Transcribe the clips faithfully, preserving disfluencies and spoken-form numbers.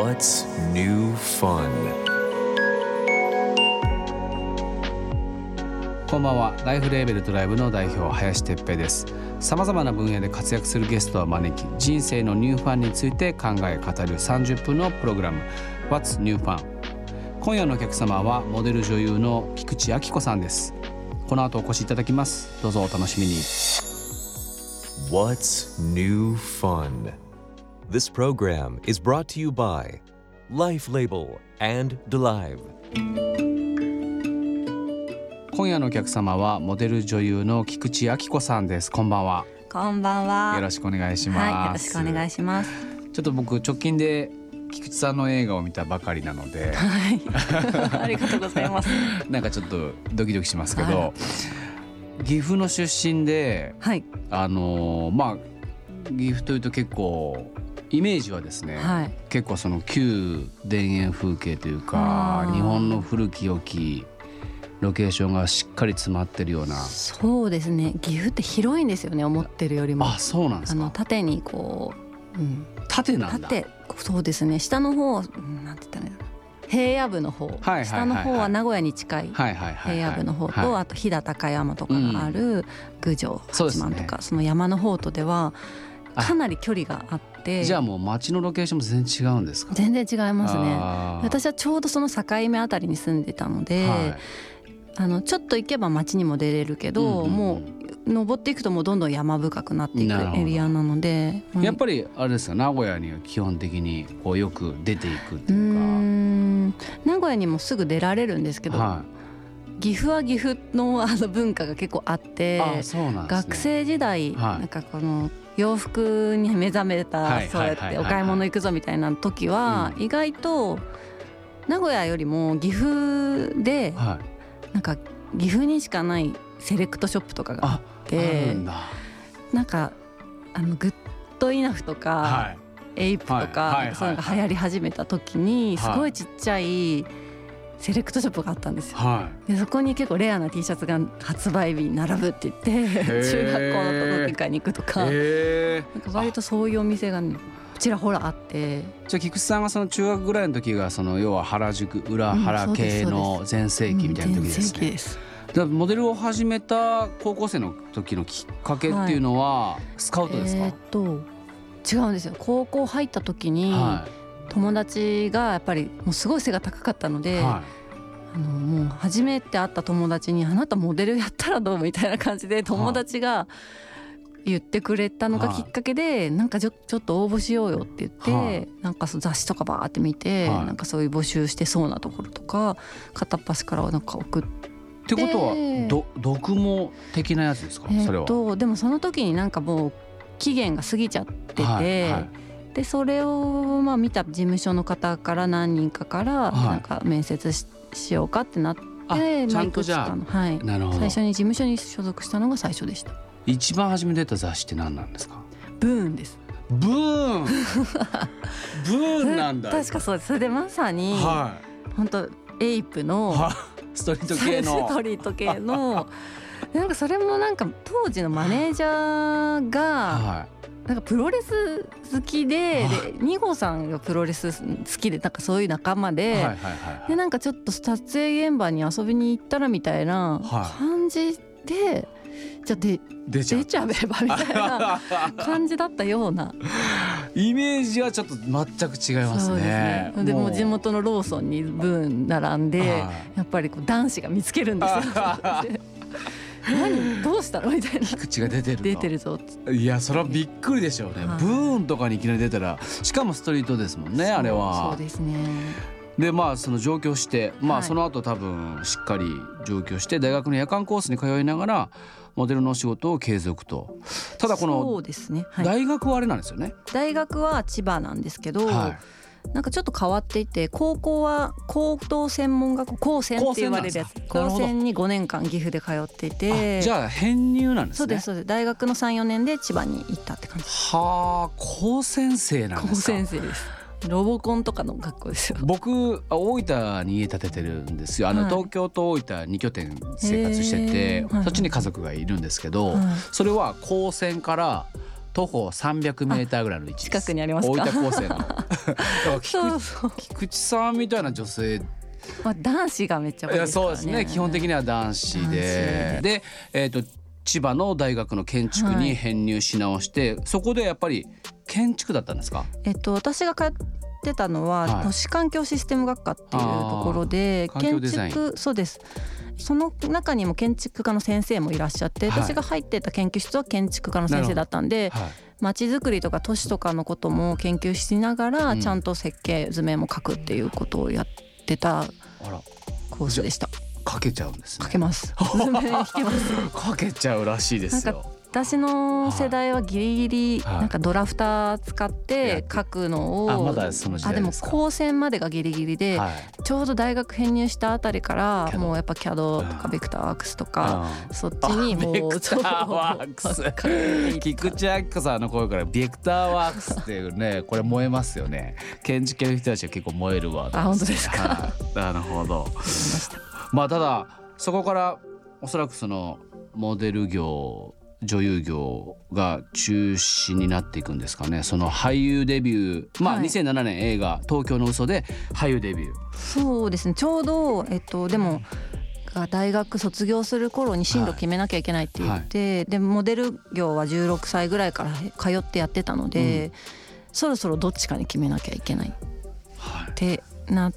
What's new fun? こんばんは。ライフレーベルドライブの代表林哲平です。さまざまな分野で活躍するゲストを招き、人生のニューファンについて考え語るさんじゅっぷんのプログラム What's new fun? 今夜のお客様はモデル女優の菊池亜希子さんです。この後お越しいただきます。どうぞお楽しみに。 What's new fun? This program is brought to you by Life Label and Delive。 今夜のお客様はモデル女優の菊池亜希子さんです。こんばんは。 こんばんは。 よろしくお願いします。 はい、よろしくお願いします。 ちょっと僕直近で菊池さんの映画を見たばかりなので、 はい、ありがとうございます。 なんかちょっとドキドキしますけど、 は岐阜の出身で、 はい、 あのまあ岐阜というと結構イメージはですね、 はい、 結構その旧田園風景というか日本の古き良きロケーションがしっかり詰まってるような。 そうですね、岐阜って広いんですよね、思ってるよりも。 あ、そうなんですか。 あの縦にこう、うん、 縦なんだ。 縦、そうですね、下の方、なんて言ったらいいの、平野部の方、はいはいはいはい、下の方は名古屋に近い平野部の方と、はいはいはいはい、あと飛騨高山とかがある郡上八幡とか、 そ, その山の方とではかなり距離があって。 じゃあもう街のロケーションも全然違うんですか。 全然違いますね。私はちょうどその境目あたりに住んでたので、はい、あのちょっと行けば街にも出れるけど、うんうんうん、もう登っていくともうどんどん山深くなっていくエリアなので、 やっぱりあれですか、名古屋には基本的にこうよく出ていくっていうか。うーん、名古屋にもすぐ出られるんですけど、はい、岐阜は岐阜 の, あの文化が結構あって、 あ、そうなんですね、 学生時代、はい、なんかこの洋服に目覚めた、はい、そうやってお買い物行くぞみたいな時は、意外と名古屋よりも岐阜で、はい、なんか岐阜にしかないセレクトショップとかがあって、あ、あるんだ。なんかあのグッドイナフとか、はい、エイプとか、はい、そういうのが流行り始めた時に、すごいちっちゃいセレクトショップがあったんですよ、はい、でそこに結構レアな T シャツが発売日に並ぶって言って中学校の同級会に行くとか、なんか割とそういうお店が、ね、ちらほらあって。 じゃあ菊池さんがその中学ぐらいの時がその要は原宿裏原系の全盛期みたいな時ですね、うん、全盛期です。だからモデルを始めた高校生の時のきっかけっていうのは、はい、スカウトですか。えー、っと違うんですよ。高校入った時に、はい、友達がやっぱりもうすごい背が高かったので、はい、あのもう初めて会った友達にあなたモデルやったらどうみたいな感じで友達が言ってくれたのがきっかけで、はい、なんかちょ、ちょっと応募しようよって言って、はい、なんか雑誌とかバーって見て、はい、なんかそういう募集してそうなところとか片っ端からなんか送って。ってことはど読モ的なやつですか、それは。えー、とでもその時になんかもう期限が過ぎちゃってて、はいはい、でそれをまあ見た事務所の方から何人かからなんか面接 し,、はい、しようかってなって、 ちゃんとじゃあ、はい、なるほど。 最初に事務所に所属したのが最初でした。 一番初め出た雑誌って何なんですか。 ブーンです。 ブーンブーンなんだ。 確かそうです。それでまさに、はい、本当エイプの、はストリート系のストリート系のなんかそれもなんか当時のマネージャーが、はい、なんかプロレス好き で,、はい、でに号さんがプロレス好きでなんかそういう仲間 で,、はいはいはいはい、でなんかちょっと撮影現場に遊びに行ったらみたいな感じで、はい、じゃあで出ちゃ, 出ちゃえばみたいな感じだったようなイメージはちょっと全く違いますね。そうですね。 でも地元のローソンにブーン並んで、はい、やっぱりこう男子が見つけるんですよ何どうしたのみたいな。 菊池が出てると出てるぞ。 いやそれはびっくりでしょうね、はい、ブーンとかにいきなり出たら、しかもストリートですもんね、あれは。 そうですね。 でまあその上京して、まあ、その後多分しっかり上京して大学の夜間コースに通いながらモデルの仕事を継続と。ただこのそうですね、はい、 大学はあれなんですよね。 大学は千葉なんですけど、はい、なんかちょっと変わっていて、高校は高等専門学校、高専って言われるやつ、高専にごねんかん岐阜で通っていて。 じゃあ編入なんですね。 そうですそうです。大学の さん,よ 年で千葉に行ったって感じ。 はあ、高専生なんですか。 高専生です。ロボコンとかの学校ですよ。 僕大分に家建ててるんですよ。あの、はい、東京と大分に拠点生活してて、そっちに家族がいるんですけど、はい、それは高専から徒歩さんびゃくメーターぐらいの位置です。 近くにありますか。 大分高専のそうそう菊池さんみたいな女性、 まあ、男子がめっちゃ多いですからね。 いやそうですね、基本的には男子でで、えー、と千葉の大学の建築に編入し直して、はい、そこでやっぱり建築だったんですか？ えっと、私が通ってたのは、はい、都市環境システム学科っていうところで建築、そうです。その中にも建築家の先生もいらっしゃって、はい、私が入ってた研究室は建築家の先生だったんで、はい、街づくりとか都市とかのことも研究しながら、うん、ちゃんと設計図面も書くっていうことをやってたコースでした。 書けちゃうんですね。 書けます図面引けます書けちゃうらしいですよ。 私の世代はギリギリなんかドラフター使って書くのを、 あ、まだその時代ですか？ あ、でも高専までがギリギリで、はい、ちょうど大学編入したあたりからもうやっぱ キャド とかベクターワークスとか、うん、そっちにもうベクターワークス菊池亜希子さんの声からベクターワークスっていうね、これ燃えますよね。建築系の人たちは結構燃えるワードです。 あ、本当ですか？ はい、なるほど。まあただそこからおそらくそのモデル業、女優業が中心になっていくんですかね。その俳優デビュー、まあ、はい、にせんななねん映画東京の嘘で俳優デビュー。 そうですね、ちょうど、えっと、でも大学卒業する頃に進路決めなきゃいけないって言って、はいはい、でモデル業はじゅうろくさいぐらいから通ってやってたので、うん、そろそろどっちかに決めなきゃいけないってなって、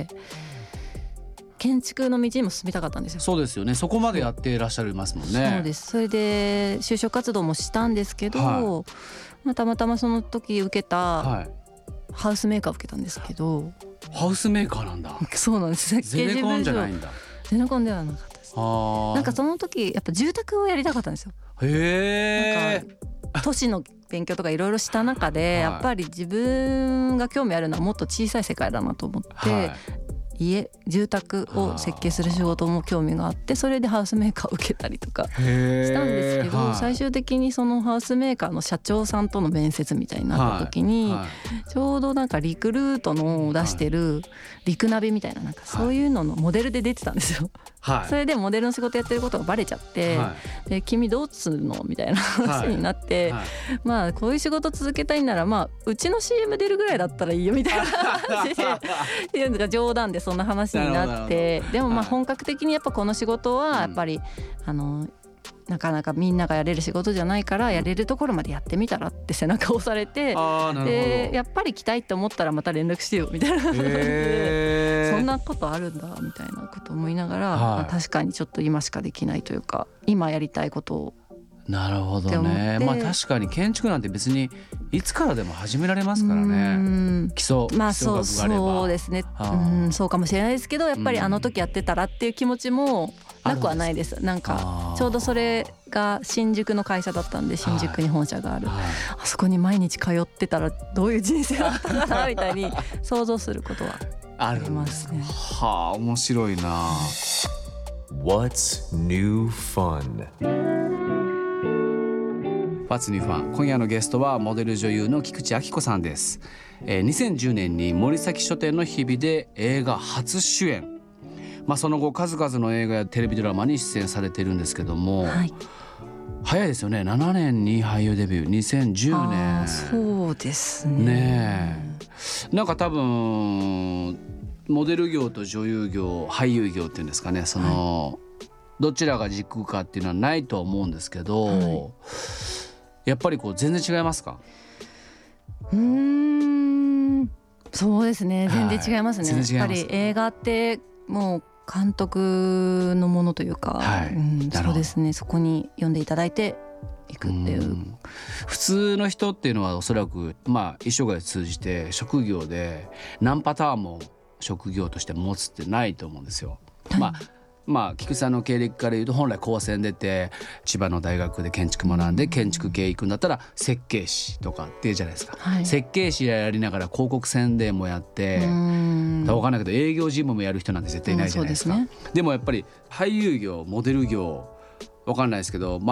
建築の道にも進みたかったんですよ。 そうですよね、そこまでやっていらっしゃいますもんね。 そうです。それで就職活動もしたんですけど、はい、まあ、たまたまその時受けたハウスメーカーを受けたんですけど、 ハウスメーカーなんだ。 そうなんです。 ゼネコンじゃないんだ。 ゼネコンではなかったです。なんかその時やっぱ住宅をやりたかったんですよ。 へー。 なんか都市の勉強とかいろいろした中で、はい、やっぱり自分が興味あるのはもっと小さい世界だなと思って、はい、家住宅を設計する仕事も興味があって、それでハウスメーカーを受けたりとかしたんですけど、はい、最終的にそのハウスメーカーの社長さんとの面接みたいになった時に、はいはい、ちょうどなんかリクルートの出してるリクナビみたいな、なんかそういうののモデルで出てたんですよ、はい、それでモデルの仕事やってることがバレちゃって、はい、で君どうするのみたいな話になって、はいはい、まあこういう仕事続けたいなら、まあうちの シーエム 出るぐらいだったらいいよみたいな話でっていうのが冗談でそんな話になって、でもまあ本格的にやっぱこの仕事はやっぱり、うん、あのなかなかみんながやれる仕事じゃないからやれるところまでやってみたらって背中を押されて、でやっぱり来たいって思ったらまた連絡してよみたいな感じで、そんなことあるんだみたいなこと思いながら、はい、まあ、確かにちょっと今しかできないというか今やりたいことを。 なるほどね。まあ確かに建築なんて別にいつからでも始められますからね。基礎、 まあ、 基礎学があれば。 そうですね、うん、そうかもしれないですけど、やっぱりあの時やってたらっていう気持ちもなくはないです。なんかちょうどそれが新宿の会社だったんで、新宿に本社がある、はいはい、あそこに毎日通ってたらどういう人生だったかなみたいに想像することはありますね。 はあ、面白いな。 What's new fun? What's new fun? 今夜のゲストはモデル女優の菊池亜希子さんです。えー、にせんじゅうねんに森崎書店の日々で映画初主演、まあ、その後数々の映画やテレビドラマに出演されているんですけども、はい、早いですよね。ななねんに俳優デビュー、にせんじゅうねん。 あ、そうですね。 ねえ、なんか多分モデル業と女優業、俳優業っていうんですかね、その、はい、どちらが軸かっていうのはないとは思うんですけど、はい、やっぱりこう全然違いますか？ うーん、そうですね、全然違いますね、はい、やっぱり映画ってもう監督のものというか、はい、うん、そうですね、そこに読んでいただいていくっていう。う普通の人っていうのはおそらく、まあ、一生涯通じて職業で何パターンも職業として持つってないと思うんですよ。はい、まあまあ、菊池さんの経歴から言うと本来高専出て千葉の大学で建築学んで建築系行くんだったら設計士とかっていうじゃないですか、はい、設計士やりながら広告宣伝もやって分かんないけど営業事務もやる人なんて絶対いないじゃないですか、うん、そうですね。でもやっぱり俳優業、モデル業分かんないですけど、まあ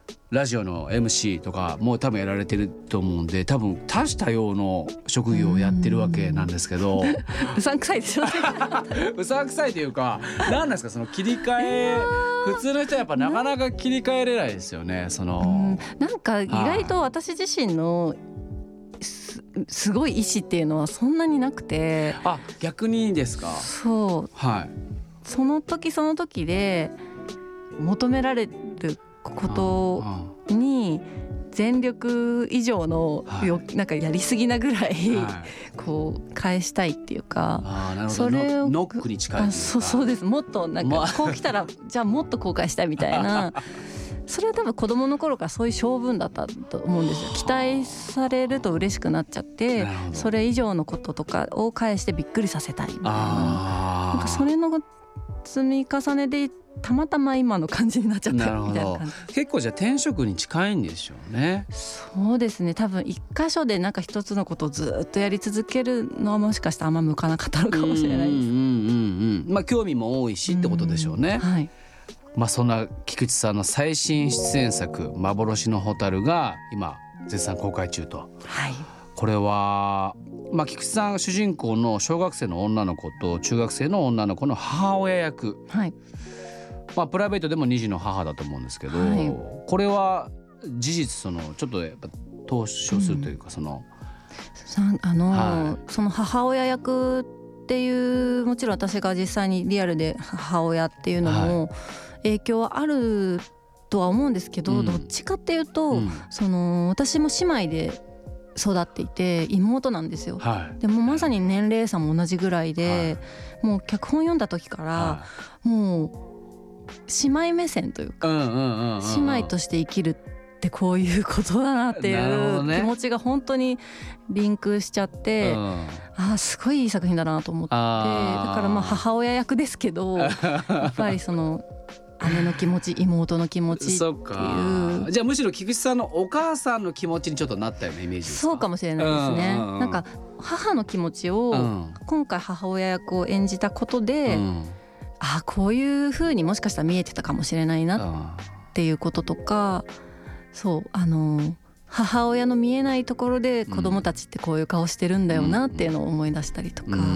ラジオの エムシー とかも多分やられてると思うんで、多分多種多様の職業をやってるわけなんですけど、 うさんくさいでしょうさんくさいというか、何なんですかその切り替え、普通の人はやっぱなかなか切り替えれないですよね。そのなんか意外と私自身のす, すごい意志っていうのはそんなになくて。 あ、逆にですか。 そう、 はい、 その時その時で求められることに全力以上の、はい、なんかやりすぎなぐらい、はい、こう返したいっていうか、 あ、なるほど、それをノックに近いというか、 そう、そうです。もっとなんかこう来たらじゃあもっと後悔したいみたいなそれは多分子供の頃からそういう性分だったと思うんですよ。期待されると嬉しくなっちゃって、それ以上のこととかを返してびっくりさせたいみたいな、なんかそれの積み重ねでたまたま今の感じになっちゃったみたいな感じ。 結構じゃあ転職に近いんでしょうね。 そうですね、多分一箇所でなんか一つのことをずっとやり続けるのはもしかしたらあんま向かなかったのかもしれないです。うんうんうんうん、まあ興味も多いしってことでしょうね。 うん、はい。 まあそんな菊池さんの最新出演作「幻の蛍」が今絶賛公開中と。 はい。 これはまあ菊池さんが主人公の小学生の女の子と中学生の女の子の母親役。 はい。 まあ、プライベートでもに児の母だと思うんですけど、はい、これは事実そのちょっとやっぱ投資をするというか、うん、そのあの、 はい、 その母親役っていう、もちろん私が実際にリアルで母親っていうのも影響はあるとは思うんですけど、うん、どっちかっていうと、うん、その私も姉妹で育っていて妹なんですよ、はい、でもまさに年齢差も同じぐらいで、はい、もう脚本読んだ時から、はい、もう姉妹目線というか、うんうんうんうん、姉妹として生きるってこういうことだなっていう気持ちが本当にリンクしちゃって、うん、あすごいいい作品だなと思って、だからまあ母親役ですけどやっぱりその姉の気持ち妹の気持ちっていう。 そっか、じゃあむしろ菊池さんのお母さんの気持ちにちょっとなったようなイメージですか。 そうかもしれないですね、うんうんうん、なんか母の気持ちを、うん、今回母親役を演じたことで、うん、あこういう風にもしかしたら見えてたかもしれないなっていうこととか、そうあの母親の見えないところで子供たちってこういう顔してるんだよなっていうのを思い出したりとか、うんうん、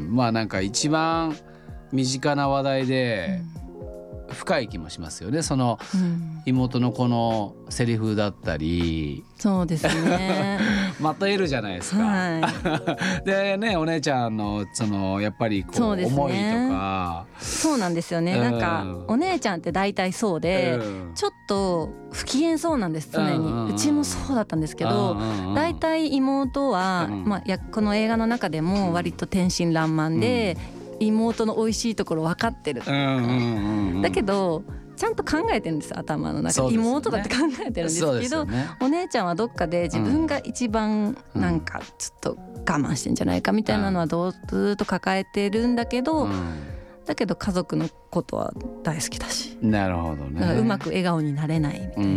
まあなんか一番身近な話題で深い気もしますよね。その妹の子のセリフだったり、 そうですねまたいるじゃないですか、はい、でねお姉ちゃんのそのやっぱりこう思いとか、 そうなんですよね、うん、なんかお姉ちゃんって大体そうで、うん、ちょっと不機嫌そうなんです常に、うんうんうん、うちもそうだったんですけど、うんうんうん、大体妹は、うんまあ、やこの映画の中でも割と天真爛漫で、うん、妹の美味しいところ分かってる、うんうんうんうん、だけどちゃんと考えてるんです頭の中で、ね、妹だって考えてるんですけど、ね、お姉ちゃんはどっかで自分が一番なんかちょっと我慢してんじゃないかみたいなのはどうずっと抱えてるんだけど、うん、だけど家族のことは大好きだし、 なるほどね、 だからうまく笑顔になれないみたいな、うん、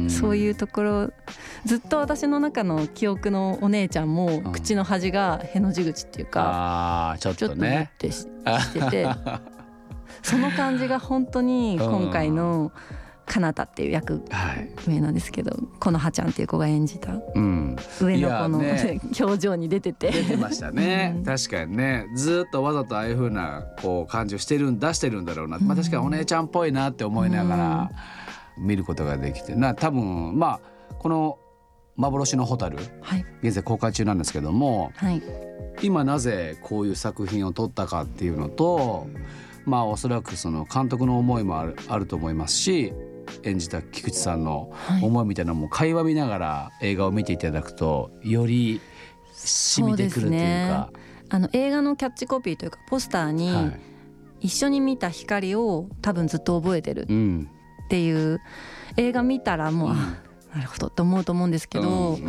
そういうところずっと私の中の記憶のお姉ちゃんも口の端がへの字口っていうか、 うん、あちょっとねちょっとしててその感じが本当に今回のかなたっていう役名なんですけど、このはちゃんっていう子が演じた上の子の、ね、表情に出てて出てましたね、うん、確かにねずっとわざとああいう風なこう感じをしてる出してるんだろうな、まあ、確かにお姉ちゃんっぽいなって思いながら見ることができてな、多分まあこの幻の蛍、はい、現在公開中なんですけども、はい、今なぜこういう作品を撮ったかっていうのと、まあおそらくその監督の思いもある、あると思いますし、演じた菊池さんの思いみたいなのも会話見ながら映画を見ていただくとより染みてくるというか、そうですね、 あの映画のキャッチコピーというかポスターに、はい、一緒に見た光を多分ずっと覚えてるっていう、うん、映画見たらもう、うん、なるほどって思うと思うんですけど、うんうんうんうん、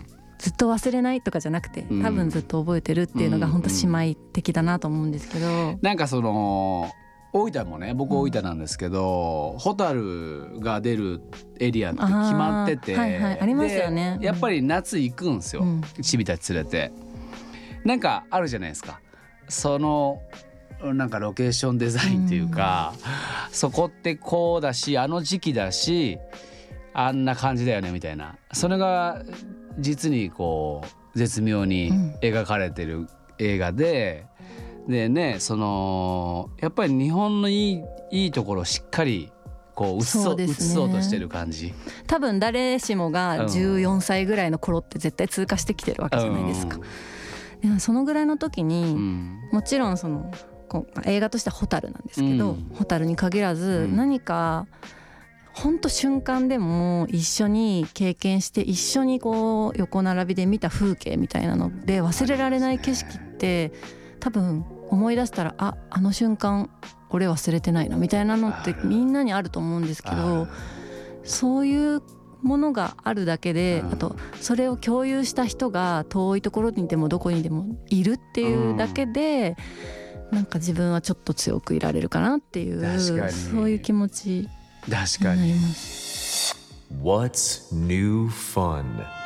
ずっと忘れないとかじゃなくて多分ずっと覚えてるっていうのが本当姉妹的だなと思うんですけど、うんうん、 なんかその大分もね、僕大分なんですけど、うん、ホタルが出るエリアって決まってて、 はいはい、ありますよね、 やっぱり夏行くんですよ、うん、チビたち連れて。なんかあるじゃないですか、そのなんかロケーションデザインっていうか、うん、そこってこうだしあの時期だしあんな感じだよねみたいな、それが実にこう絶妙に描かれてる映画で、うん、でね、そのやっぱり日本のいい、いいところをしっかりこう映そう、ね、映そうとしてる感じ。 多分誰しもがじゅうよんさいぐらいの頃って絶対通過してきてるわけじゃないですか、うん、でもそのぐらいの時に、うん、もちろんその映画としてはホタルなんですけど、うん、ホタルに限らず何かほんと瞬間でも一緒に経験して一緒にこう横並びで見た風景みたいなので忘れられない景色って多分思い出したらああの瞬間俺忘れてないなみたいなのってみんなにあると思うんですけど、そういうものがあるだけで、あとそれを共有した人が遠いところにでもどこにでもいるっていうだけで、なんか自分はちょっと強くいられるかなっていう、そういう気持ちになります。 What's New Fun?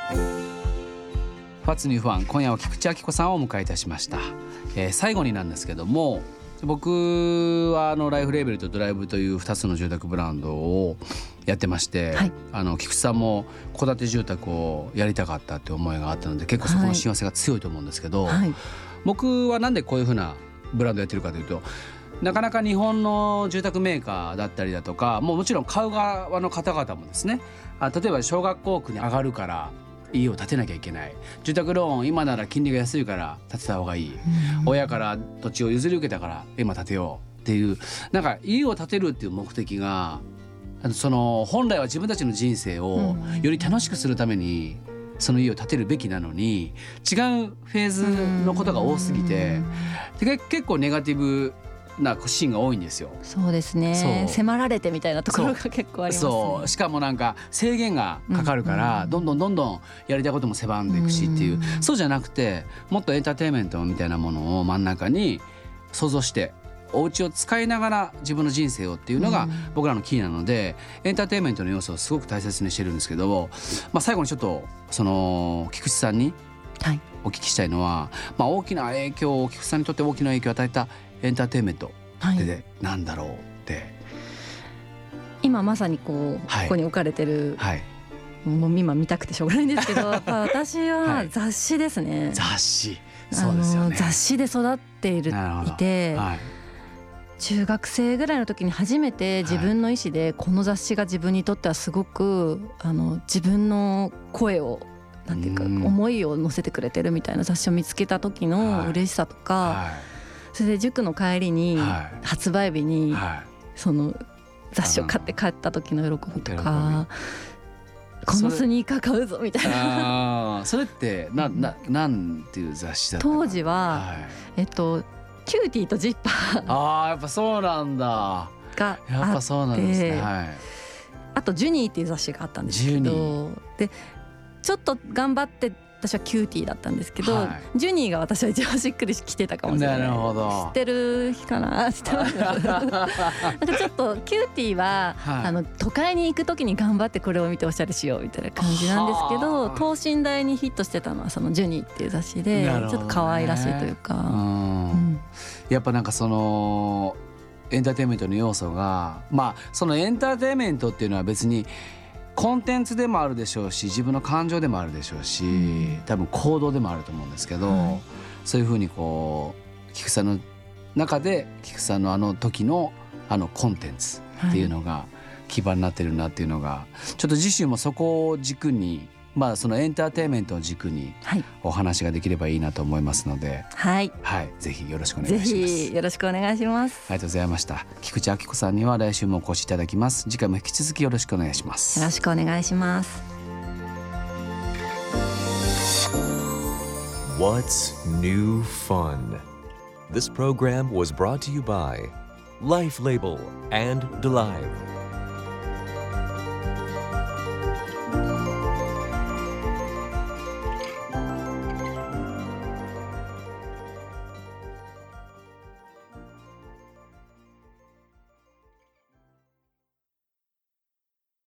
What's New Fun? 今夜は菊池亜希子さんをお迎えいたしました、えー、最後になんですけども、僕はあのライフレーベルとドライブというふたつの住宅ブランドをやってまして、はい、あの菊池さんも戸建て住宅をやりたかったって思いがあったので結構そこの親和性が強いと思うんですけど、はい、僕はなんでこういうふうなブランドやってるかというと、なかなか日本の住宅メーカーだったりだとか、もうもちろん買う側の方々もですね、あ例えば小学校区に上がるから家を建てなきゃいけない、住宅ローン今なら金利が安いから建てた方がいい、親から土地を譲り受けたから今建てようっていう、なんか家を建てるっていう目的がその本来は自分たちの人生をより楽しくするためにその家を建てるべきなのに、違うフェーズのことが多すぎて、で結構ネガティブなシーンが多いんですよ。 そうですね、迫られてみたいなところが結構ありますね。 そうしかもなんか制限がかかるから、うん、どんどんどんどんやりたいことも狭んでいくしっていう、うん、そうじゃなくてもっとエンターテインメントみたいなものを真ん中に想像してお家を使いながら自分の人生をっていうのが僕らのキーなので、エンターテインメントの要素をすごく大切にしてるんですけど、まあ、最後にちょっとその菊池さんにお聞きしたいのは、まあ、大きな影響を菊池さんにとって大きな影響を与えたエンターテインメントってなんだろうって、はい、 今まさにこう、はい、ここに置かれてる、はい、もう今見たくてしょうがないんですけどやっぱ私は雑誌ですね、はい、 雑誌そうですよね、 雑誌で育っているいて、はい、中学生ぐらいの時に初めて自分の意思でこの雑誌が自分にとってはすごくあの自分の声をなんていうか思いを乗せてくれてるみたいな雑誌を見つけた時の嬉しさとか、はいはい、それで塾の帰りに発売日にその雑誌を買って帰った時の喜びとか、このスニーカー買うぞみたいな。 あそれってなななんていう雑誌だったか。当時は、はい、えっとキューティーとジッパーあーやっぱそうなんだがやっぱそうなんですね、はい、 あとジュニーっていう雑誌があったんですけど、でちょっと頑張って私はキューティーだったんですけど、はい、ジュニーが私は一番しっくり来てたかもしれない。 なるほど。 知ってる日かな知ってますなんかちょっとキューティーは、はい、あの都会に行く時に頑張ってこれを見ておしゃれしようみたいな感じなんですけど、等身大にヒットしてたのはそのジュニーっていう雑誌で、ね、ちょっと可愛らしいというか、うんうん、 やっぱなんかそのエンターテインメントの要素が、まあそのエンターテインメントっていうのは別にコンテンツでもあるでしょうし、自分の感情でもあるでしょうし、うん、多分行動でもあると思うんですけど、はい、そういうふうにこう菊さんの中で菊さんのあの時のあのコンテンツっていうのが基盤になってるなっていうのが、はい、ちょっと次週もそこを軸に、まあそのエンターテインメントを軸にお話ができればいいなと思いますので、はい、はい、ぜひよろしくお願いします。 ぜひよろしくお願いします。 ありがとうございました。菊池亜希子さんには来週もお越しいただきます。次回も引き続きよろしくお願いします。 よろしくお願いします。 What's New Fun? This program was brought to you by Life Label and DeLive.